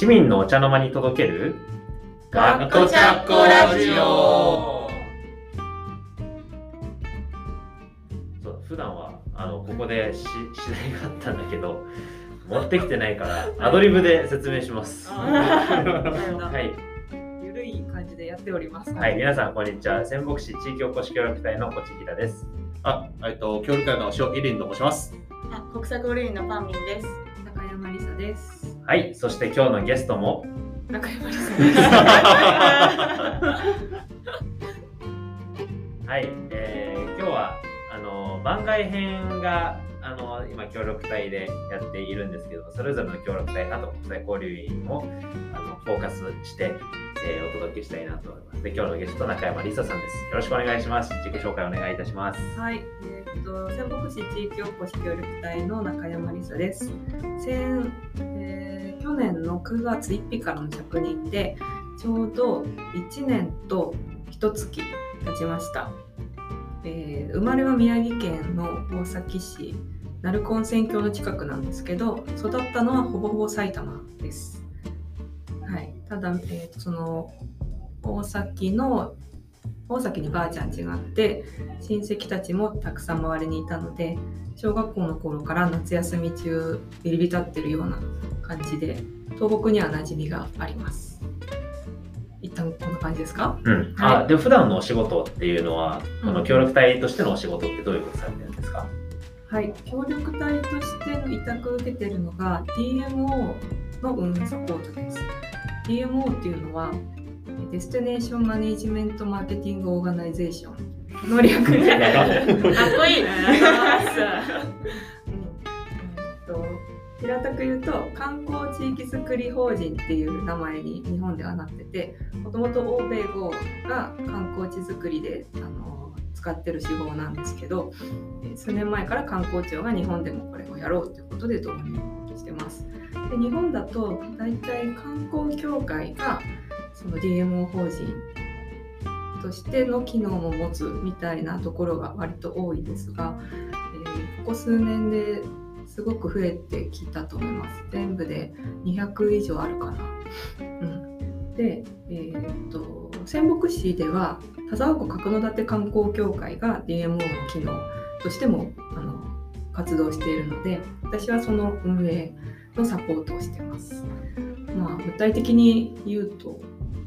市民のお茶の間に届けるガッコチャッコラジオ。 そう普段はここで試題があったんだけど持ってきてないからアドリブで説明します。はい。 ゆるい感じでやっております。 はい、皆さんこんにちは。仙北市地域おこし協力隊の越平です。 協力隊の塩イリンと申します。 国際交流員のパンミンです。 中山りさです。 はい、そして今日のゲストも中山りさです。 はい、今日は番外編が今協力隊でやっているんですけど、それぞれの協力隊あと国際交流員をフォーカスして、お届けしたいなと思います。で、今日のゲスト中山りささんです。よろしくお願いします。自己紹介お願いいたします。 はい、仙北市地域おこし協力隊の中山りさです。去年の9月1日からの着任でちょうど1年と1月経ちました。生まれは宮城県の大崎市鳴子温泉郷の近くなんですけど、育ったのはほぼほぼ埼玉です。はい、ただ、その大崎にばあちゃん家があって親戚たちもたくさん周りにいたので、小学校の頃から夏休み中入り浸ってるような感じで東北には馴染みがあります。一旦こんな感じですか？ はい。で普段のお仕事っていうのは、この協力隊としてのお仕事ってどういうことされてるんですか？ はい、協力隊としての委託を受けているのが DMO の運営サポートです。DMO っていうのはデスティネーションマネジメントマーケティングオーガナイゼーションの略でかっこいい。 平たく言うと観光地域づくり法人っていう名前に日本ではなってて、もともと欧米語が観光地づくりで使ってる手法なんですけど、数年前から観光庁が日本でもこれをやろうということで導入してます。で日本だとだいたい観光協会がその DMO 法人としての機能も持つみたいなところが割と多いですが、ここ数年ですごく増えてきたと思います。全部で200以上あるかな。で、仙北市では田沢湖角館観光協会が DMO の機能としても活動しているので、私はその運営のサポートをしています。具体的に言うと、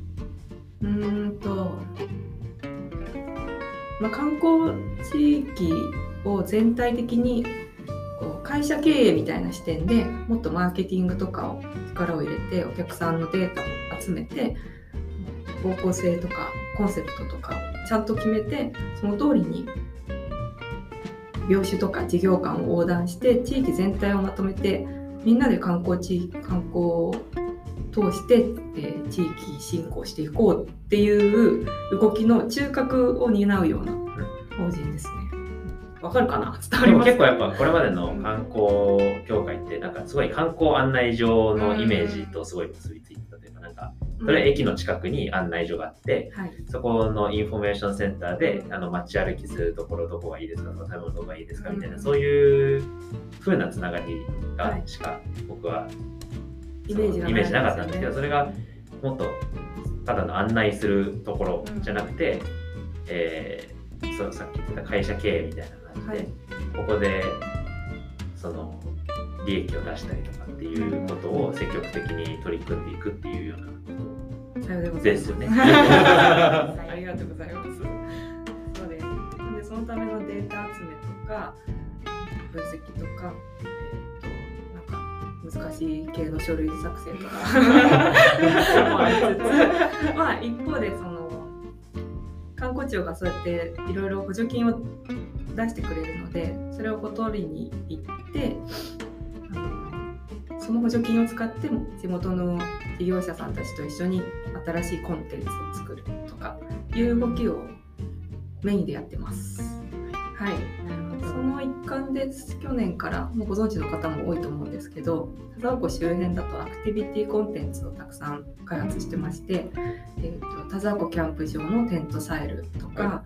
観光地域を全体的に会社経営みたいな視点でもっとマーケティングとかを力を入れてお客さんのデータを集めて、方向性とかコンセプトとかをちゃんと決めて、その通りに業種とか事業間を横断して地域全体をまとめて、みんなで観光を通して、地域振興していこうっていう動きの中核を担うような法人ですね。わかるかな？伝わりますか？ 結構やっぱこれまでの観光協会ってなんかすごい観光案内所のイメージとすごい結びついてたというか、なんかそれは駅の近くに案内所があって、そこのインフォメーションセンターで街歩きするところどこがいいですかとか食べ物どこがいいですかみたいな、そういう風なつながりがしか僕はイメージなかったんですけど、それがもっとただの案内するところじゃなくて、さっき言った会社経営みたいな感じで、ここでその利益を出したりとかっていうことを積極的に取り組んでいくっていうようなことですよね。 ありがとうございます。そうです。でそのためのデータ集めとか分析とか、なんか難しい系の書類作成とかもありつつ、一方でその観光庁がそうやっていろいろ補助金を出してくれるので、それを取りに行ってその補助金を使っても地元の事業者さんたちと一緒に新しいコンテンツを作るとかいう動きをメインでやってます。はい、その一環で去年からもうご存知の方も多いと思うんですけど、田沢湖周辺だとアクティビティコンテンツをたくさん開発してまして、田沢湖キャンプ場のテントサイルとか、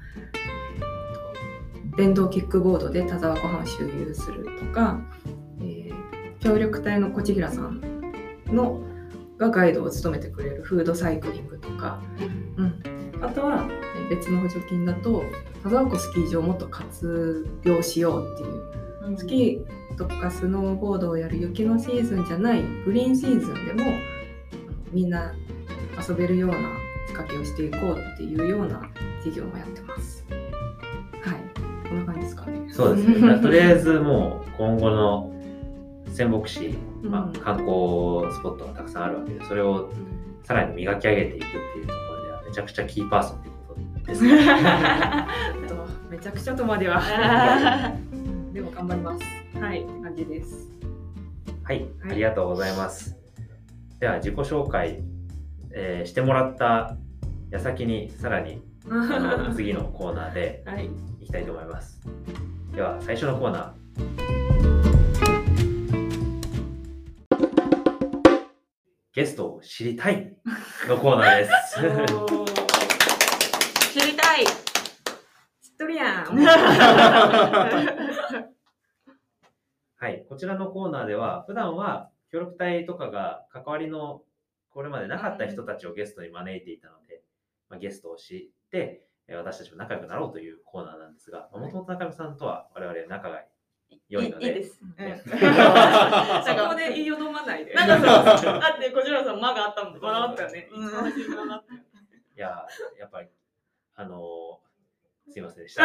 電動キックボードで田沢湖畔を周遊するとか、協力隊の越平さんのがガイドを務めてくれるフードサイクリングとか、あとは別の補助金だと田沢湖スキー場をもっと活用しようっていう、スキーとかスノーボードをやる雪のシーズンじゃないグリーンシーズンでもみんな遊べるような仕掛けをしていこうっていうような事業もやってます。はい、こんな感じですかね。 そうですね。とりあえずもう今後の仙北市、観光スポットがたくさんあるわけで、それをさらに磨き上げていくっていうところではめちゃくちゃキーパーソンっていうことですね。 めちゃくちゃとまではでも頑張ります。はい、って感じです。 はい、ありがとうございます。では自己紹介、してもらった矢先にさらに次のコーナーでいきたいと思います。では最初のコーナー。ゲストを知りたいのコーナーです。 知りたい。 知っとるやん。 はい、こちらのコーナーでは普段は協力隊とかが関わりのこれまでなかった人たちをゲストに招いていたので、ゲストを知って私たちも仲良くなろうというコーナーなんですが、もともと中山さんとは我々仲が良いので、 いいです。 そこで言いよどまないで。 なんかそう、だってこちらさん間があったもん。 間があったよね。 いややっぱりすいませんでした。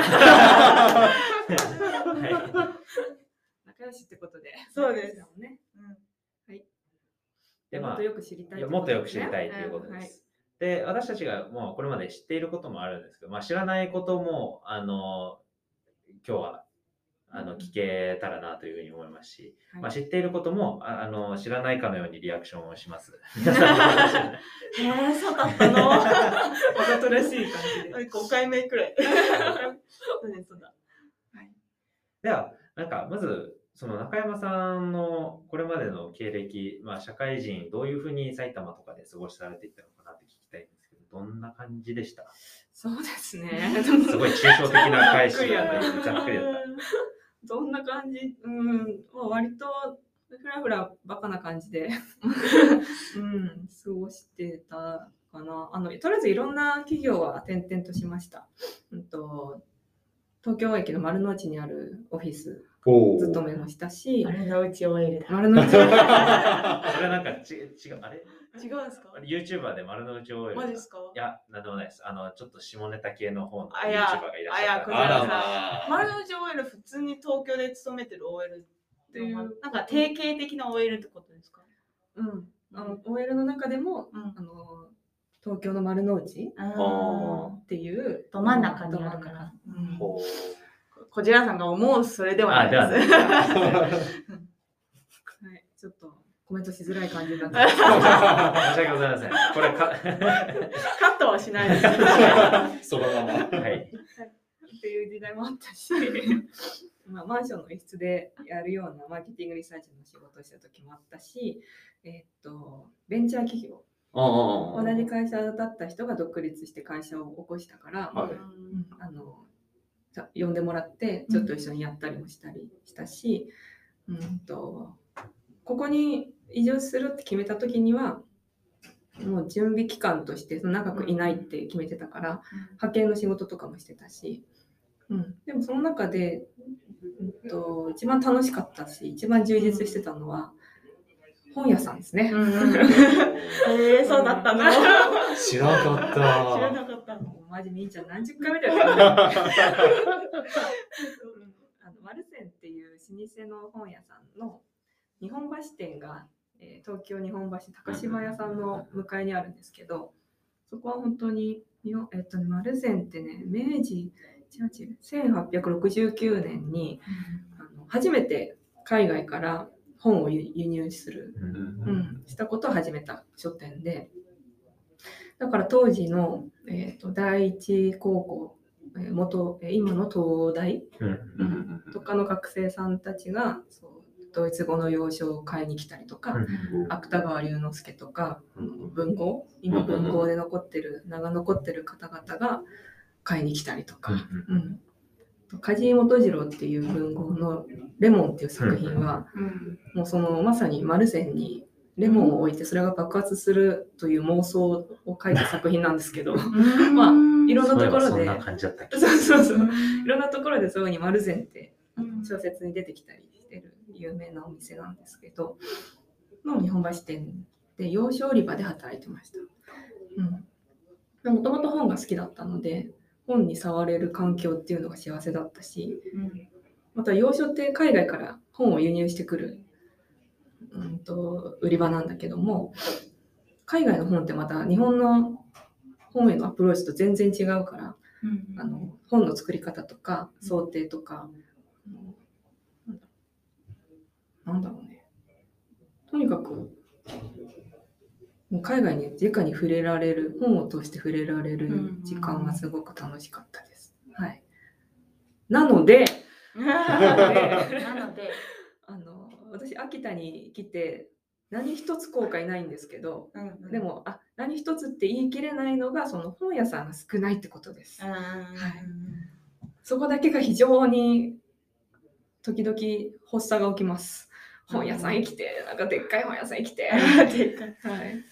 仲良しってことで。 そうですよね。はい。 でもっとよく知りたい。 もっとよく知りたいということです。で、私たちがもうこれまで知っていることもあるんですけど、知らないことも今日は聞けたらなというふうに思いますし、知っていることも知らないかのようにリアクションをします。 そうだったの。 わざとらしい感じで。 5回目くらい。 そうだ。 では、まずその中山さんのこれまでの経歴、社会人どういうふうに埼玉とかで過ごされていったのかなって聞きたいんですけど、どんな感じでした？ そうですね。 すごい抽象的な返しがざっくりだった。 どんな感じ？割とフラフラバカな感じで過ごしてたかな。とりあえずいろんな企業は転々としました。東京駅の丸の内にあるオフィス勤めもしたし、 丸の内 OL だ。 丸の内 OL。 それなんか違う、あれ？ 違うんですか？ YouTuber で丸の内 OL。 マジですか？ いや、なんでもないです。ちょっと下ネタ系の方の YouTuber がいらっしゃった。 丸の内 OL 普通に東京で勤めてる OL っていう、なんか定型的な OL ってことですか？ OL の中でも、東京の丸の内っていうど真ん中にあるから。こちらさんが思うそれではないです。 はい、ちょっとコメントしづらい感じになってます。 申し訳ございません。これカットはしないです。 そのまま。 はい。 っていう時代もあったし、マンションの一室でやるようなマーケティングリサーチの仕事をした時もあったし、ベンチャー企業。同じ会社だった人が独立して会社を起こしたから、呼んでもらってちょっと一緒にやったりもしたし、ここに移住するって決めた時にはもう準備期間として長くいないって決めてたから、派遣の仕事とかもしてたし、でもその中で、一番楽しかったし一番充実してたのは本屋さんですね。 そうだったの。 知らなかった。 知らなかった。 マジみーちゃん何十回目だよ。マルセンっていう老舗の本屋さんの日本橋店が、東京日本橋高島屋さんの向かいにあるんですけど、そこは本当にマルセンってね、明治1869年に、初めて海外から本を輸入する、したことを始めた書店で、だから当時の、第一高校、今の東大、とかの学生さんたちがドイツ語の洋書を買いに来たりとか、芥川龍之介とか、文豪、今文豪で名が残ってる方々が買いに来たりとか、梶井元次郎っていう文豪のレモンっていう作品は、もうそのまさにマルセンにレモンを置いてそれが爆発するという妄想を書いた作品なんですけどまあいろんなところでいろんなところでそういうふうに丸善って小説に出てきたりしてる有名なお店なんですけどの日本橋店で洋書売り場で働いてました。もともと本が好きだったので本に触れる環境っていうのが幸せだったし、また洋書って海外から本を輸入してくる、売り場なんだけども海外の本ってまた日本の本へのアプローチと全然違うから、本の作り方とか想定とか、なんだろうね、とにかく海外に直に触れられる本を通して触れられる時間がすごく楽しかったです。はい。なので私秋田に来て何一つ後悔ないんですけど、でも何一つって言い切れないのがその本屋さんが少ないってことです。はい、そこだけが非常に時々発作が起きます。本屋さん行きてなんかでっかい本屋さん行きてでっかい、はい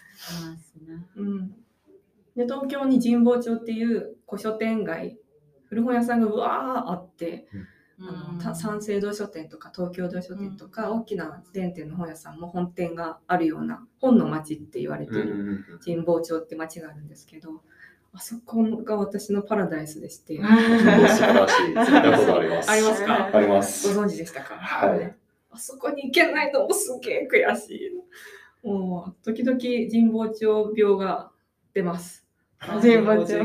で東京に神保町っていう古書店街古本屋さんがうわーあって、三省堂書店とか東京堂書店とか、大きなチェーン店の本屋さんも本店があるような本の街って言われている神保町って街があるんですけど、あそこが私のパラダイスでして。 素晴らしい。聞いたことあります。 ありますか？ あります。 ご存知でしたか？ はい。 あそこに行けないのもすげえ悔しい。もう時々神保町病が出ます。神保町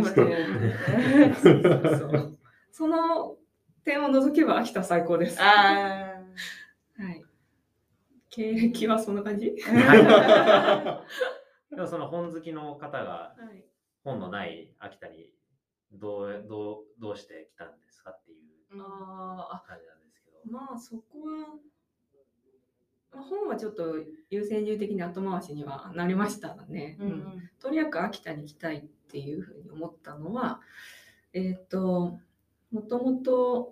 その点を除けば秋田最高です。はい。経歴はそんな感じ？でもその本好きの方が本のない秋田にどうして来たんですかっていう感じなんですけど。 まあそこは本はちょっと優先順位的に後回しにはなりましたね。とにかく秋田に行きたいっていうふうに思ったのは、もともと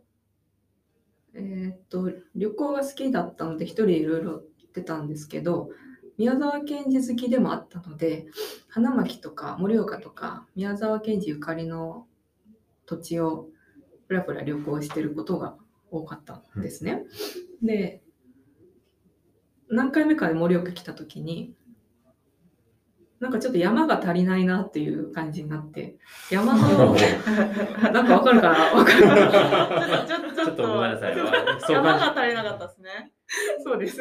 旅行が好きだったので一人いろいろ行ってたんですけど、宮沢賢治好きでもあったので花巻とか盛岡とか宮沢賢治ゆかりの土地をプラプラ旅行してることが多かったんですね。で何回目かで盛岡来た時になんかちょっと山が足りないなっていう感じになって、山のなんかわかるかな？わかるかな？ ちょっとごめんなさい。 山が足りなかったですね。 そうです。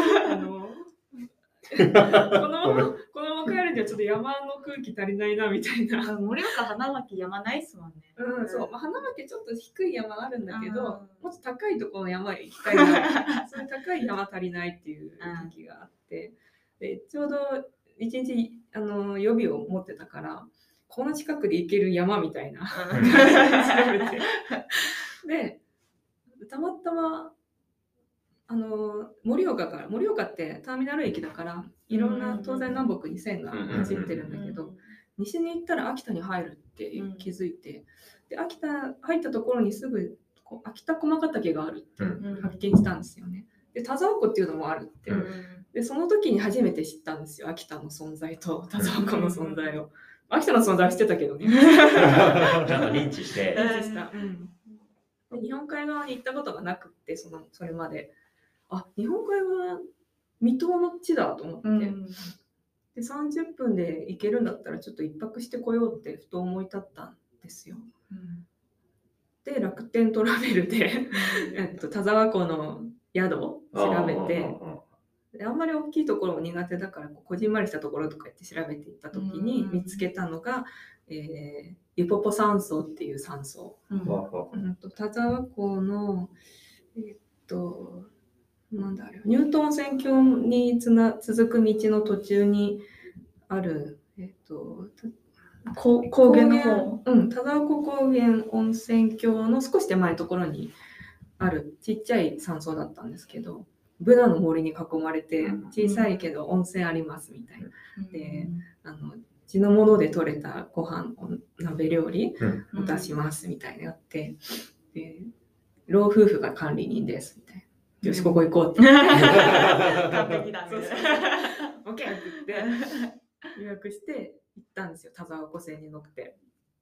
このまま帰るにはちょっと山の空気足りないなみたいな。 盛岡花巻山ないっすもんね。 そう、花巻ちょっと低い山あるんだけど、もっと高いところの山へ行きたいな。それ高い山足りないっていう時があって、でちょうど一日予備を持ってたからこの近くで行ける山みたいな調べてでたまたま盛岡ってターミナル駅だからいろんな東西南北に線が走ってるんだけど、西に行ったら秋田に入るって気づいて、で秋田入ったところにすぐ秋田駒ヶ岳があるって発見したんですよね。で田沢湖っていうのもあるって、でその時に初めて知ったんですよ、秋田の存在と田沢湖の存在を。秋田の存在は知ってたけどね。 ちゃんと認知した。 で日本海側に行ったことがなくってそれまで日本海側未踏の地だと思って、で30分で行けるんだったらちょっと一泊してこようってふと思い立ったんですよ。で楽天トラベルで田沢湖の宿を調べて、であんまり大きいところも苦手だからこじんまりしたところとか言って調べていった時に見つけたのが、湯ポポ山荘っていう山荘、田沢湖のなんだあれニュートン線橋に続く道の途中にある高原の方、 田沢湖高原温泉郷の少し手前のところにあるちっちゃい山荘だったんですけど、ブナの森に囲まれて小さいけど温泉ありますみたいな、で地のもので採れたご飯鍋料理を出しますみたいなやって、で老夫婦が管理人ですみたいな。 よしここ行こうって完璧だね。 そうそうオッケーって言って予約して行ったんですよ、田沢湖線に乗って、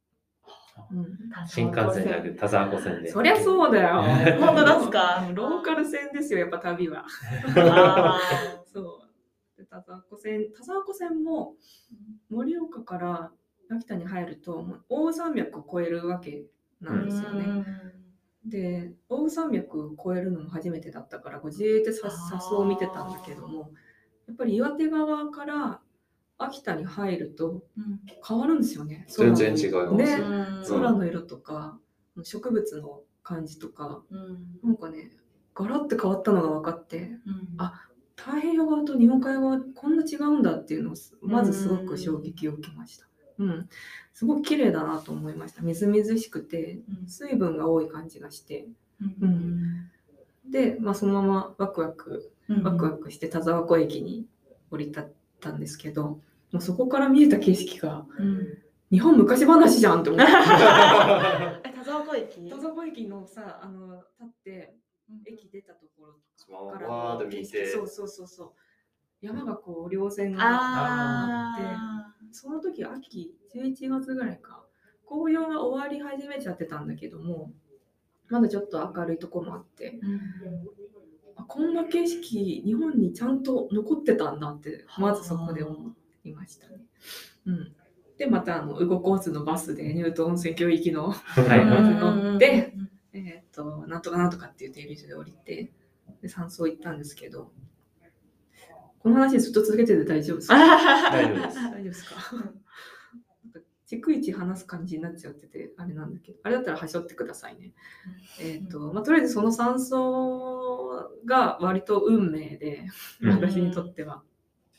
新幹線じゃなくて田沢湖線で。 そりゃそうだよ本当ですか？ ローカル線ですよ、やっぱ旅は。 あそうで田沢湖線も盛岡から秋田に入るともう大山脈を越えるわけなんですよね。で大山脈を越えるのも初めてだったから自衛で車窓を見てたんだけども、やっぱり岩手側から秋田に入ると変わるんですよね。 全然違いますね、空の色とか植物の感じとか、なんかねガラッて変わったのが分かって、あ、太平洋側と日本海側こんな違うんだっていうのをまずすごく衝撃を受けました。すごく綺麗だなと思いました。みずみずしくて水分が多い感じがして、で、そのままワクワクして田沢湖駅に降り立ったんですけど、もうそこから見えた景色が、日本昔話じゃんって思って田沢湖駅のさ、立って駅出たところからわーって見て、 そう山がこう稜線があって、その時秋11月ぐらいか、紅葉が終わり始めちゃってたんだけども、まだちょっと明るいとこもあって、こんな景色日本にちゃんと残ってたんだってまずそこで思いましたね。でまた宇後交通のバスで乳頭温泉郷行きのバス乗って、なんとかなんとかっていう停留所で降りて、で山荘行ったんですけど、この話ずっと続けてて大丈夫ですか？ 大丈夫です。 大丈夫ですか？逐一話す感じになっちゃっててあれなんだけど、あれだったらはしょってくださいね。とりあえずその山荘が割と運命で、私にとっては。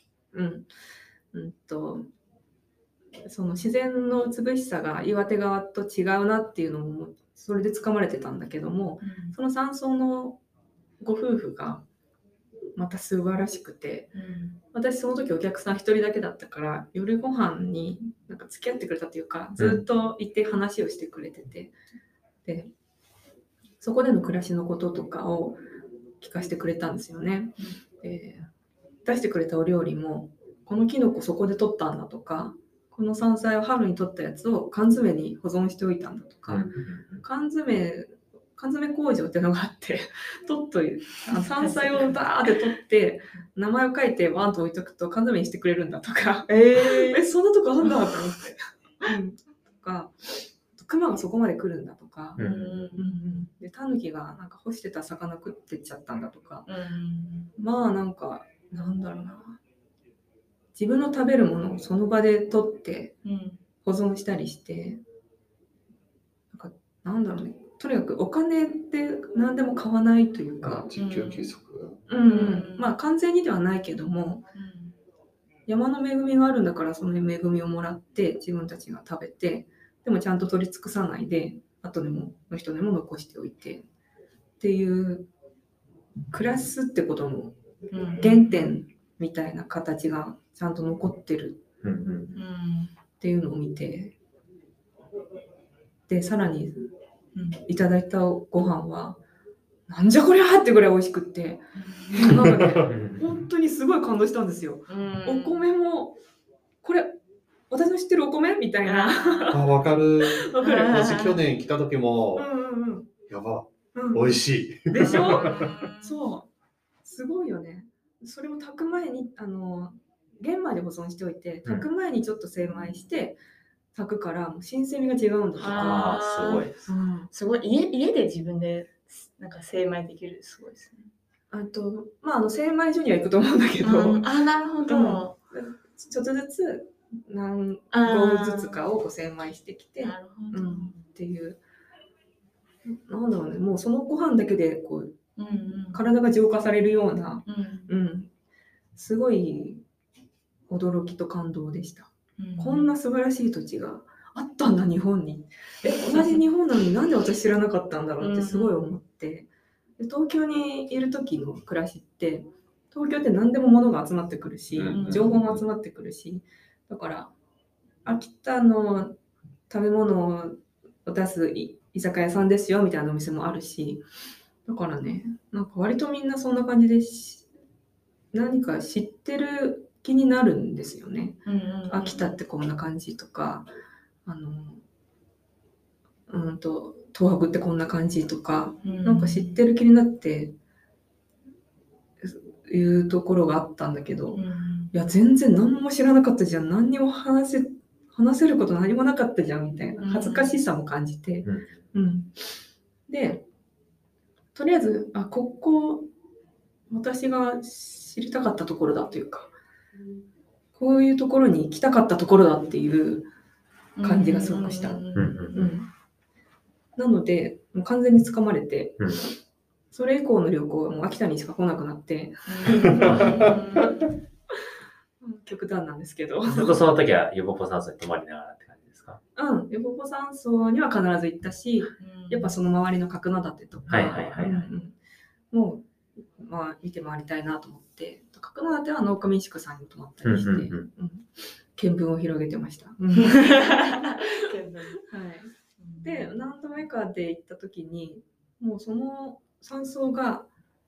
その自然の美しさが岩手側と違うなっていうのもそれでつかまれてたんだけども、その山荘のご夫婦がまた素晴らしくて、私その時お客さん1人だけだったから夜ご飯になんか付き合ってくれたというか、ずっといて話をしてくれてて、でそこでの暮らしのこととかを聞かせてくれたんですよね。出してくれたお料理も、このキノコそこで取ったんだとか、この山菜を春に取ったやつを缶詰に保存しておいたんだとか、缶詰工場っていうのがあって取っといて、山菜をバーって取って名前を書いてワンと置いとくと缶詰にしてくれるんだとか、そんなとこあんだと思って、とかクマがそこまで来るんだとか、でタヌキがなんか干してた魚食ってっちゃったんだとか、なんかなんだろうな、自分の食べるものをその場で取って保存したりして、なんだろうね、とにかくお金で何でも買わないというか、 自給規則、 完全にではないけども、山の恵みがあるんだからその恵みをもらって自分たちが食べて、でもちゃんと取り尽くさないで後でもの人でも残しておいてっていう暮らすってことの原点みたいな形がちゃんと残ってるっていうのを見て、でさらにいただいたご飯はなんじゃこりゃってぐらい美味しくって、なんかね本当にすごい感動したんですよ。お米もこれ私の知ってるお米みたいな。 わかる。 私去年来た時も、やば、美味しい。 でしょ？そう、すごいよね。それも炊く前に玄米で保存しておいて、炊く前にちょっと精米して炊くからもう新鮮味が違うんだとか。 すごいです。 すごい。家で自分でなんか精米できる、すごいですね。 精米所には行くと思うんだけど、 なるほど。 ちょっとずつ何合ずつかを精米してきて、っていう、なんだろうね、もうそのご飯だけでこう、体が浄化されるような、すごい驚きと感動でした。こんな素晴らしい土地があったんだ日本に。同じ日本なのになんで私知らなかったんだろうってすごい思って、で東京にいる時の暮らしって、東京って何でも物が集まってくるし、情報も集まってくるし、だから秋田の食べ物を出す居酒屋さんですよみたいなお店もあるし、 だからね、なんか割とみんなそんな感じで何か知ってる気になるんですよね。秋田ってこんな感じとか、東北ってこんな感じとか、なんか知ってる気になっていうところがあったんだけど、いや全然何も知らなかったじゃん、何にも話せること何もなかったじゃんみたいな恥ずかしさも感じて、でとりあえずここ私が知りたかったところだというか、こういうところに行きたかったところだっていう感じがすごくした。なのでもう完全に掴まれて、それ以降の旅行はもう秋田にしか来なくなって極端なんですけど、 ずっとその時はヨボポ山荘に泊まりながらって感じですか？ ヨボポ山荘には必ず行ったし、やっぱその周りの角館とかもう見て回りたいなと思って、角館は農家民宿さんに泊まったりして、見聞を広げてました。で何度目かで行った時にもうその山荘が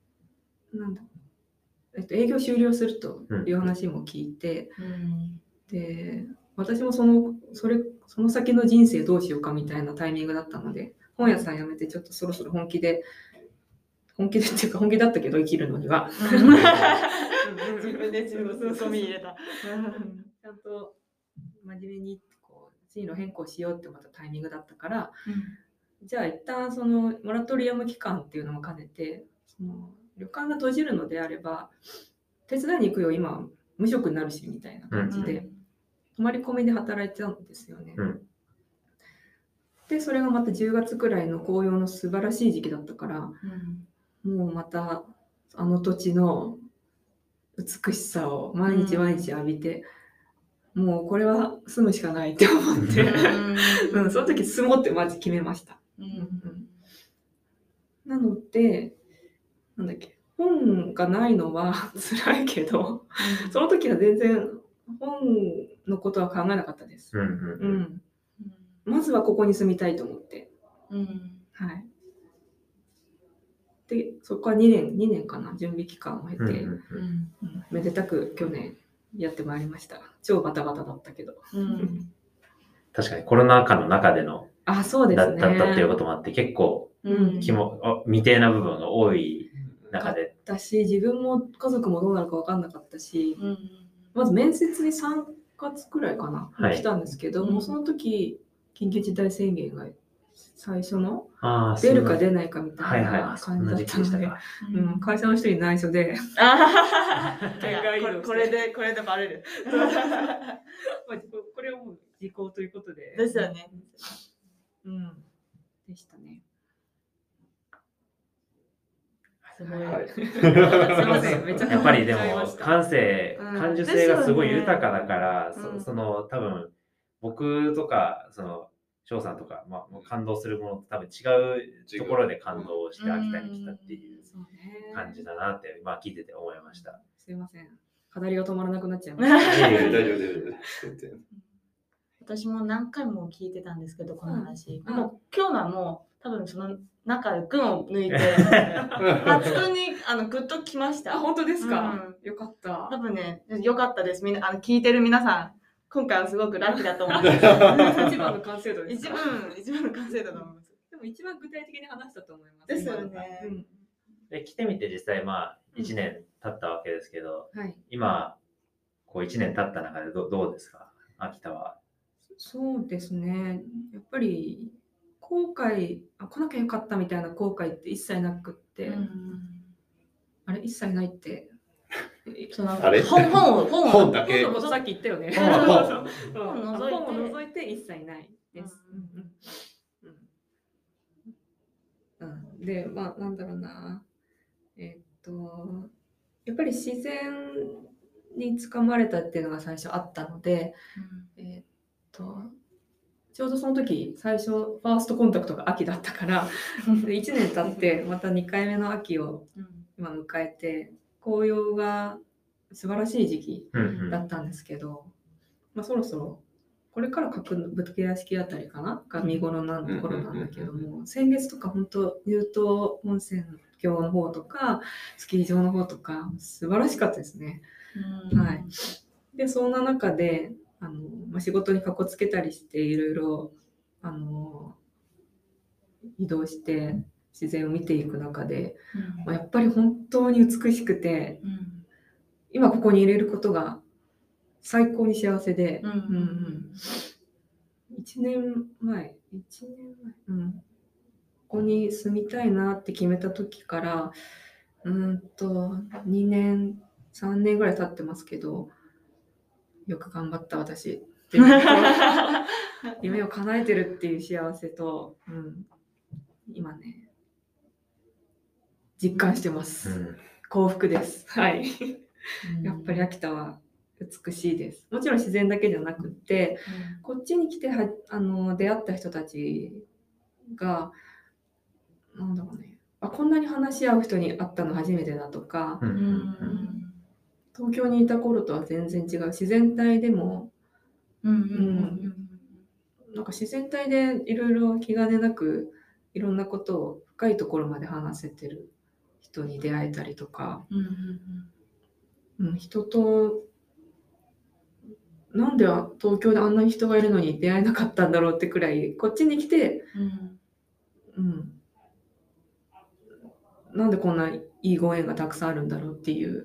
営業終了するという話も聞いて、で私もその先の人生どうしようかみたいなタイミングだったので、本屋さん辞めてちょっとそろそろ本気でっていうか本気だったけど生きるのには自分で自分を踏み入れたちゃんと真面目に進路変更しようって思ったタイミングだったから、じゃあ一旦そのモラトリアム期間っていうのも兼ねて、その旅館が閉じるのであれば手伝いに行くよ、今無職になるしみたいな感じで、泊まり込みで働いてたんですよね。でそれがまた10月くらいの紅葉の素晴らしい時期だったから、もうまたあの土地の美しさを毎日毎日浴びて、もうこれは住むしかないって思ってその時住もうってマジ決めました。なので本がないのは辛いけど、その時は全然本のことは考えなかったです。まずはここに住みたいと思って、でそこは2年かな、準備期間を経て、めでたく去年やってまいりました。超バタバタだったけど、 確かにコロナ禍の中でのそうですね、 だったっていうこともあって、結構未定な部分が多い中でだし、自分も家族もどうなるか分かんなかったし、まず面接に3月くらいかな、来たんですけども、その時緊急事態宣言が最初の出るか出ないかみたいな感じだったので、会社の人に内緒でこれでバレるこれをもう時効ということでですよね。 でしたね。 すごい。 すいません、めっちゃやっぱりでも感受性がすごい豊かだから、その多分僕とか翔さんとか、感動するものと多分違うところで感動して秋田に来たっていう感じだなって聞いてて思いました。 すいません、語りが止まらなくなっちゃいました。 大丈夫です。 私も何回も聞いてたんですけど、この話。でも今日はもう多分その中で群を抜いて初君にグッときました。 本当ですか？よかった。 多分ね、よかったです。みんな聞いてる皆さん、今回はすごくラッキーだと思います。 一番の完成度です。 一番の完成度だと思います。 でも一番具体的に話したと思います。 ですよね。 で来てみて実際1年経ったわけですけど、今1年経った中でどうですか、秋田は？ そうですね、やっぱり後悔、来なきゃよかったみたいな後悔って一切なくって、あれ一切ないってあれ本だけ本さっき言ったよね。 本を除いて一切ないです。で、なんだろうな、やっぱり自然につかまれたっていうのが最初あったので、ちょうどその時最初ファーストコンタクトが秋だったからで1年経ってまた2回目の秋を今迎えて、紅葉が素晴らしい時期だったんですけど、そろそろこれから武家屋敷あたりかなが見頃な頃なんだけども、先月とか本当乳頭温泉峡の方とかスキー場の方とか素晴らしかったですね。はい。でそんな中で仕事にかこつけたりしていろいろ移動して自然を見ていく中で、やっぱり本当に美しくて、今ここにいれることが最高に幸せで、1年前、ここに住みたいなって決めた時から2年3年ぐらい経ってますけど、よく頑張った私って夢を叶えてるっていう幸せと、今ね実感してます、幸福です。はい、やっぱり秋田は美しいです。もちろん自然だけじゃなくって、こっちに来て出会った人たちがなんだろうね、こんなに話し合う人に会ったの初めてだとか、東京にいた頃とは全然違う自然体でも、なんか自然体でいろいろ気兼ねなくいろんなことを深いところまで話せてる人に出会えたりとか、人となんで東京であんなに人がいるのに出会えなかったんだろうってくらいこっちに来て、なんでこんないいご縁がたくさんあるんだろうっていう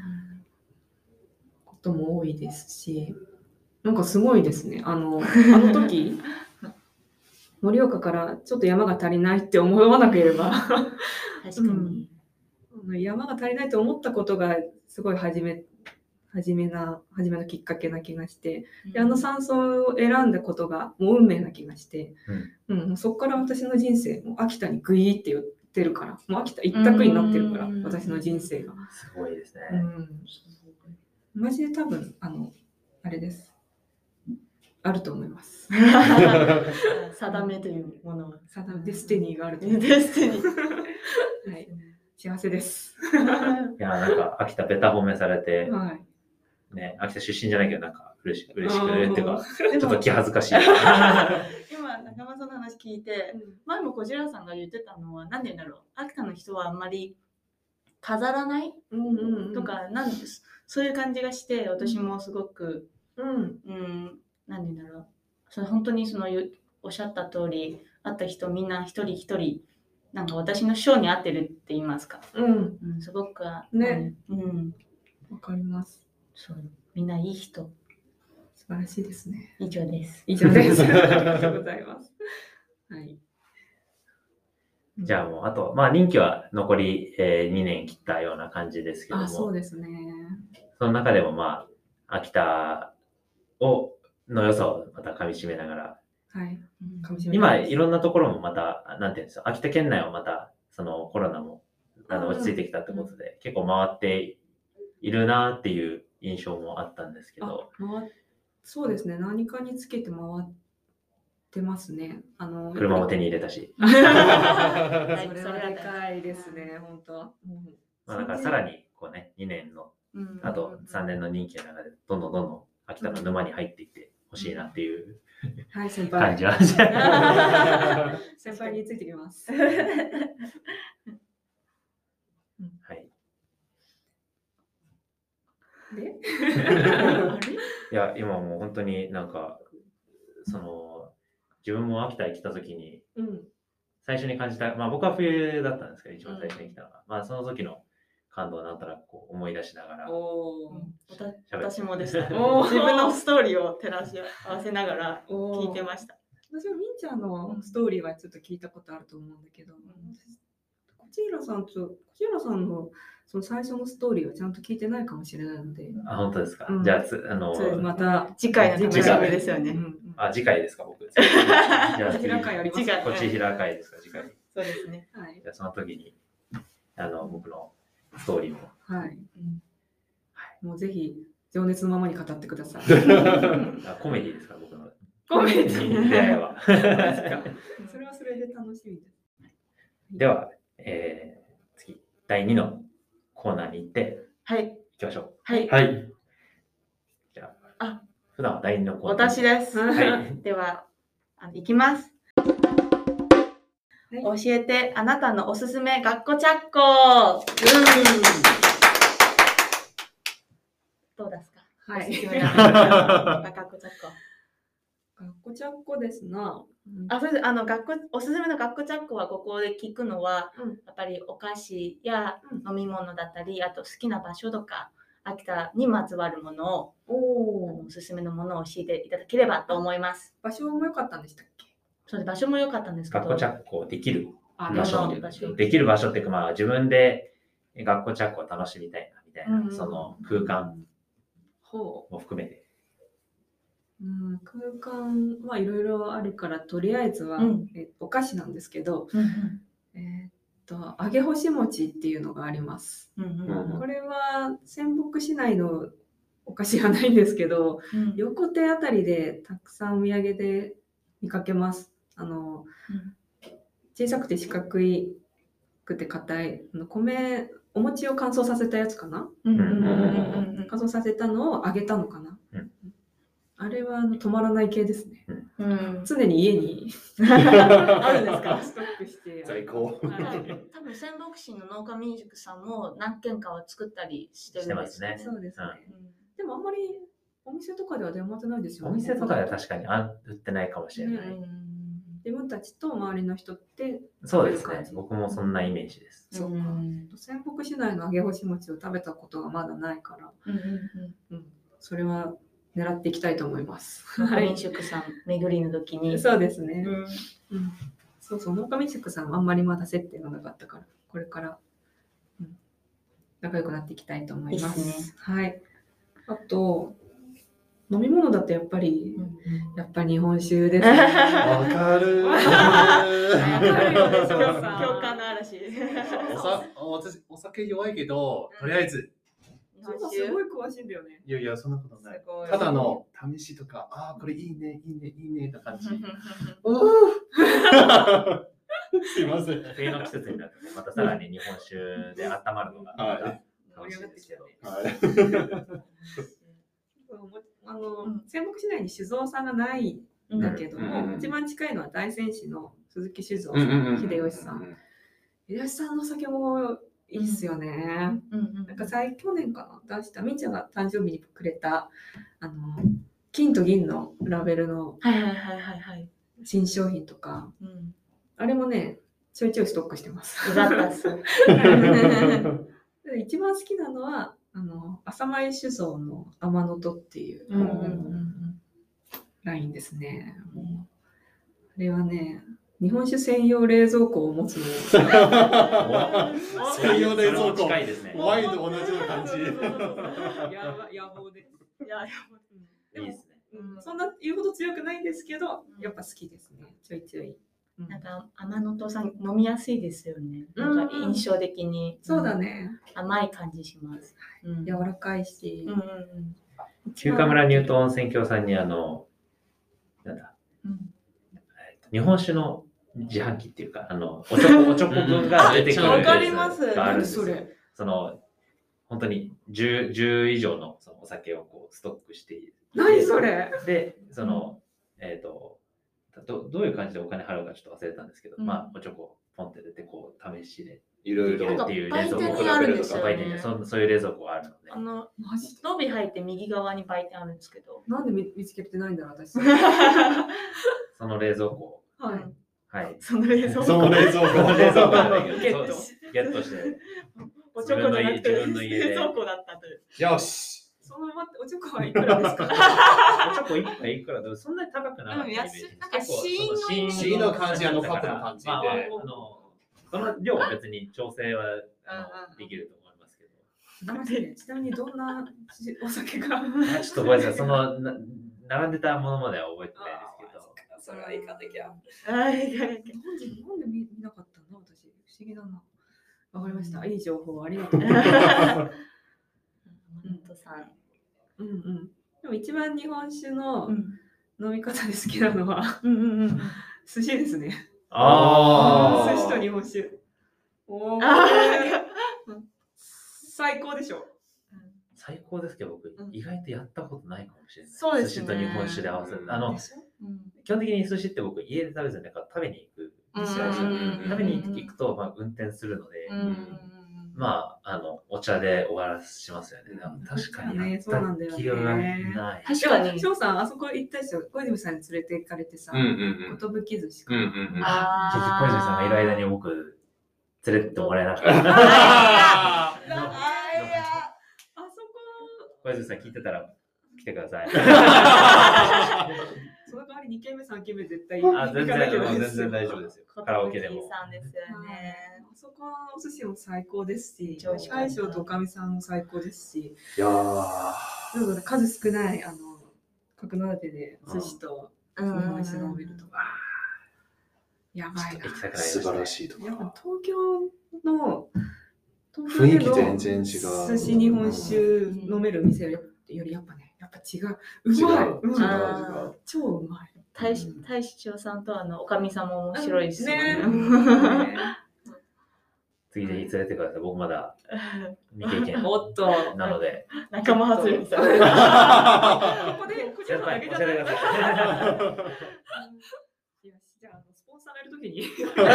ことも多いですし、なんかすごいですね。あの時盛岡からちょっと山が足りないって思わなければ確かに、 山が足りないと思ったことがすごい初めのきっかけな気がして、で山荘を選んだことがもう運命な気がして、そこから私の人生も秋田にグイーって言ってるから、もう秋田一択になってるから、私の人生がすごいですね。 マジで多分あれです。あると思います。 定めというものは。 デスティニーがあると思います。 デスティニー。 はい。幸せです。 いや、なんか秋田ベタ褒めされて、 ね、 秋田出身じゃないけど、なんか嬉しくっていうか、ちょっと気恥ずかしい。 今、中間さんの話聞いて、前も小白さんが言ってたのは、何でだろう、秋田の人はあんまり飾らないとか、そういう感じがして、私もすごく、何だろう、それ本当におっしゃった通り、会った人みんな一人一人、なんか私の性に合ってるって言いますか。すごくね、わかります。 そう、みんないい人。 素晴らしいですね。 以上です。 以上です。ありがとうございます。はい。 じゃあもうあと任期は残り2年切ったような感じですけども。 そうですね。 その中でも秋田の良さをまた噛み締めながら。 はい。 今いろんなところもまたなんていうんですか、秋田県内はまたそのコロナも落ち着いてきたってことで、結構回っているなっていう印象もあったんですけど。 そうですね。何かにつけて回ってますね。 車も手に入れたし。 それはでかいですね。本当。 だからさらにこうね、2年のあと3年の任期の中でどんどん秋田の沼に入っていってほしいなっていう感じは。 先輩についてきます。 はい。 でいや、今もう本当になんか自分も秋田に来た時に最初に感じた、僕は冬だったんですけど、一番最初に来たのが、その時の感動をなんとなくこう思い出しながら私もでした。自分のストーリーを照らし合わせながら聞いてました。 私はみんちゃんのストーリーはちょっと聞いたことあると思うんだけど、こちらさんのその最初のストーリーはちゃんと聞いてないかもしれないので。 本当ですか。じゃあまた次回の楽しみですよね。 次回ですか、僕。じゃあ平会ありますこっち平会ですか、次回。 そうですね。 じゃあその時に僕のストーリーも。 もうぜひ情熱のままに語ってください。 コメディですか、僕の。 コメディ出会いは。 それはそれで楽しみです。 では、次、第2のコーナーに行って、行きましょう。 はい。 じゃあ、普段は第2のコーナー。 私です。では、行きます。 教えてあなたのおすすめ学校チャッコ。どうですか？ はい。 おすすめの学校チャッコ。 学校チャッコですな。 それでおすすめの学校チャッコはここで聞くのは、やっぱりお菓子や飲み物だったり、あと好きな場所とか、秋田にまつわるものを、おすすめのものを教えていただければと思います。 場所も良かったんでしたっけ？ そうで、場所も良かったんですけど。 学校チャッコできる場所できる場所っていうか、まあ自分で学校チャッコを楽しみたいなみたいな、その空間も含めて。 空間はいろいろあるから、とりあえずは、お菓子なんですけど、揚げ干し餅っていうのがあります。これは仙北市内のお菓子はないんですけど、横手あたりでたくさんお土産で見かけます。小さくて四角いくて硬いお餅を乾燥させたやつかな。乾燥させたのを揚げたのかな。あれは止まらない系ですね。常に家にあるんですか？ストックして。 最高。 多分仙北市の農家民宿さんも何軒かは作ったりしてるんですね。 そうですね。でもあんまりお店とかでは出回ってないですよね。 お店とかでは確かに売ってないかもしれない。 自分たちと周りの人ってそうですね。僕もそんなイメージです。 そうか。仙北市内の揚げ干し餅を食べたことがまだないから、それは狙っていきたいと思います。 農家民宿さん巡りの時に。 そうですね。そうそう、農家民宿さんはあんまりまだ接点がなかったから、これから、仲良くなっていきたいと思います。いいですね。はい。あと、飲み物だとやっぱり日本酒ですね。 わかる。 共感の嵐。 私お酒弱いけど、とりあえず。 すごい詳しいんだよね。 いやそんなことない。ただの試しとか、これいいねって感じ。すいません。 冬の季節になってまたさらに日本酒で温まるのが盛り上がってきたね。仙北市内に酒造さんがないんだけども、一番近いのは大仙市の鈴木酒造さん、秀吉さん。秀吉さんの酒もいいっすよね。なんか去年かな出したみーちゃんが誕生日にくれた金と銀のラベルの新商品とか、あれもねちょいちょいストックしてます。一番好きなのは朝前酒造の天の戸っていうラインですね。あれはね、日本酒専用冷蔵庫を持つの。 専用冷蔵庫。 近いですね。 ワインと同じような感じ。 野望です。いいですね。そんな言うほど強くないんですけど、やっぱ好きですね。ちょいちょい。 なんか天の戸さん飲みやすいですよね。なんか印象的に。 そうだね。 甘い感じします。 柔らかいし。 旧河村乳頭温泉郷さんになんだ、日本酒の自販機っていうかおちょこくんが出てくるわかります。 があるんですよ。本当に10以上のお酒をこうストックしている。 何それ？ でどういう感じでお金払うかちょっと忘れたんですけど、おちょこポンって出てこう試しでいろいろっていう冷蔵庫があるんですよね。 そういう冷蔵庫があるので。 ロビー入って右側に売店あるんですけど。 なんで見つけてないんだろう私。 その冷蔵庫。 はい。 その冷蔵庫。 ゲットして。 おちょこじゃなくて自分の家で冷蔵庫だったという。 よし。 そのおちょこはいくらですか？ おちょこ1杯いくらでもそんなに高くなかったイメージ。 なんかシーンの感じ、カップの感じで。 その量は別に調整はできると思いますけど。 ちなみにどんなお酒が？ ちょっとごめんなさい、その並んでたものまでは覚えてないですけど。 それは行かなきゃ。 なんで見なかったの？私不思議だな。わかりました。いい情報ありがとうございます。でも一番日本酒の飲み方で好きなのは寿司ですね。寿司と日本酒。最高でしょ。 最高ですけど僕意外とやったことないかもしれない。 そうですね。 寿司と日本酒で合わせる。基本的に寿司って僕家で食べずに食べに行く食べに行くと、まあ、運転するので、まあ、お茶で終わらしますよね。確かにね、そうなんだよね。 確かに。 翔さん、あそこ行ったでしょ。小泉さんに連れて行かれてさ、寿寿司か。 小泉さんがいる間に僕、連れてってもらえなかった。小泉さん聞いてたら来てください。 その代わり2軒目、3軒目絶対行かなきゃないです。 全然大丈夫ですよ。カラオケでも。 あそこはお寿司も最高ですし、大将とおかみさんも最高ですし、 いやー、数少ない角館で寿司と日本酒飲めるとか、やばいな。 素晴らしいとか。 やっぱ東京の雰囲気全然違う。 寿司日本酒飲める店よりやっぱね、やっぱ違う。うまい。超うまい。 大将さんとおかみさんも面白いですね。 次ぜひ連れてください。僕まだ未経験おっとなので。 仲間外れみたいな。 ここでこちらのだけじゃない。よし、じゃあスポンサーがいるときに。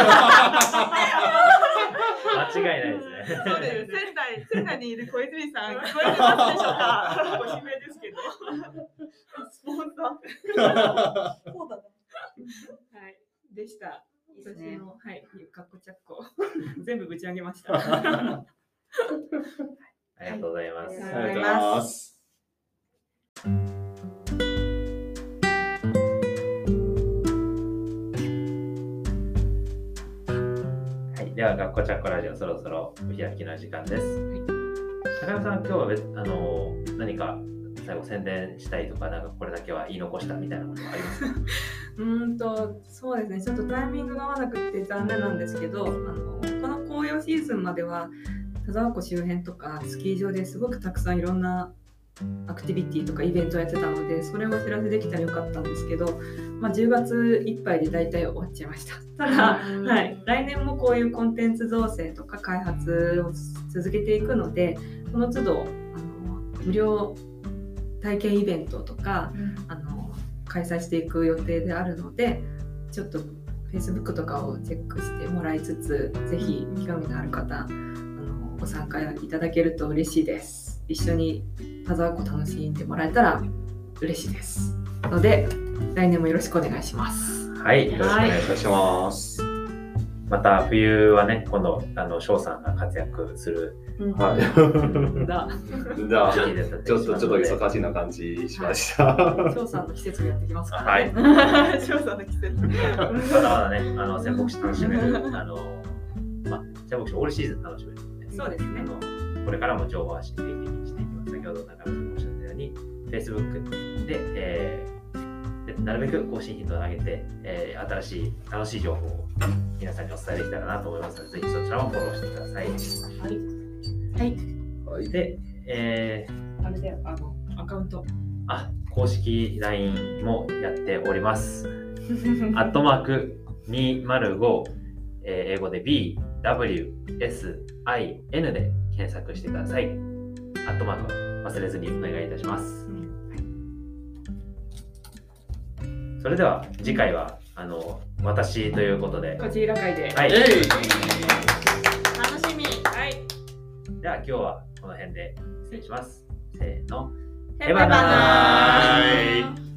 間違いないですね。 そうです。仙台にいる小泉さん、聞こえてますでしょうか。 ご指名ですけど。 スポンサー。そうだね。 はい、でした。私もはい、かっこちゃっこ全部ぶち上げました。 ありがとうございます。 ありがとうございます。 はい、では、がっこちゃっこラジオそろそろお開きの時間です。高山さん、今日は何か最後宣伝したいとか、なんかこれだけは言い残したみたいなことありますか？ そうですね、ちょっとタイミングが合わなくて残念なんですけど、この紅葉シーズンまでは田沢湖周辺とかスキー場ですごくたくさんいろんなアクティビティとかイベントをやってたので、それをお知らせできたらよかったんですけど、10月いっぱいで大体終わっちゃいました。ただ、はい、来年もこういうコンテンツ造成とか開発を続けていくので、その都度無料体験イベントとか、開催していく予定であるので、ちょっと Facebook とかをチェックしてもらいつつ、ぜひ興味のある方ご参加いただけると嬉しいです。一緒に田沢湖楽しんでもらえたら嬉しいですので、来年もよろしくお願いします。 はい、よろしくお願いします。また冬はね、今度翔さんが活躍するはい。ちょっと忙しいな感じしました。 翔さんの季節がやってきますから。 はい。 翔さんの季節。まだね、仙北市楽しめる仙北市オールシーズン楽しめるので、 そうですね。 これからも情報発信定期的にしていきます。先ほど中村さんがおっしゃったように、Facebook で、なるべく更新頻度を上げて、新しい楽しい情報を皆さんにお伝えできたらなと思いますので、ぜひそちらもフォローしてください。 はい。 で、 あれでアカウント。 公式 LINE もやっております。@205、英語で BWSIN で検索してください。忘れずにお願いいたします。それでは次回は私ということで、 こちら会で、 はい、 楽しみ。 はい。 では今日はこの辺で失礼します。せーの、 バイバイ。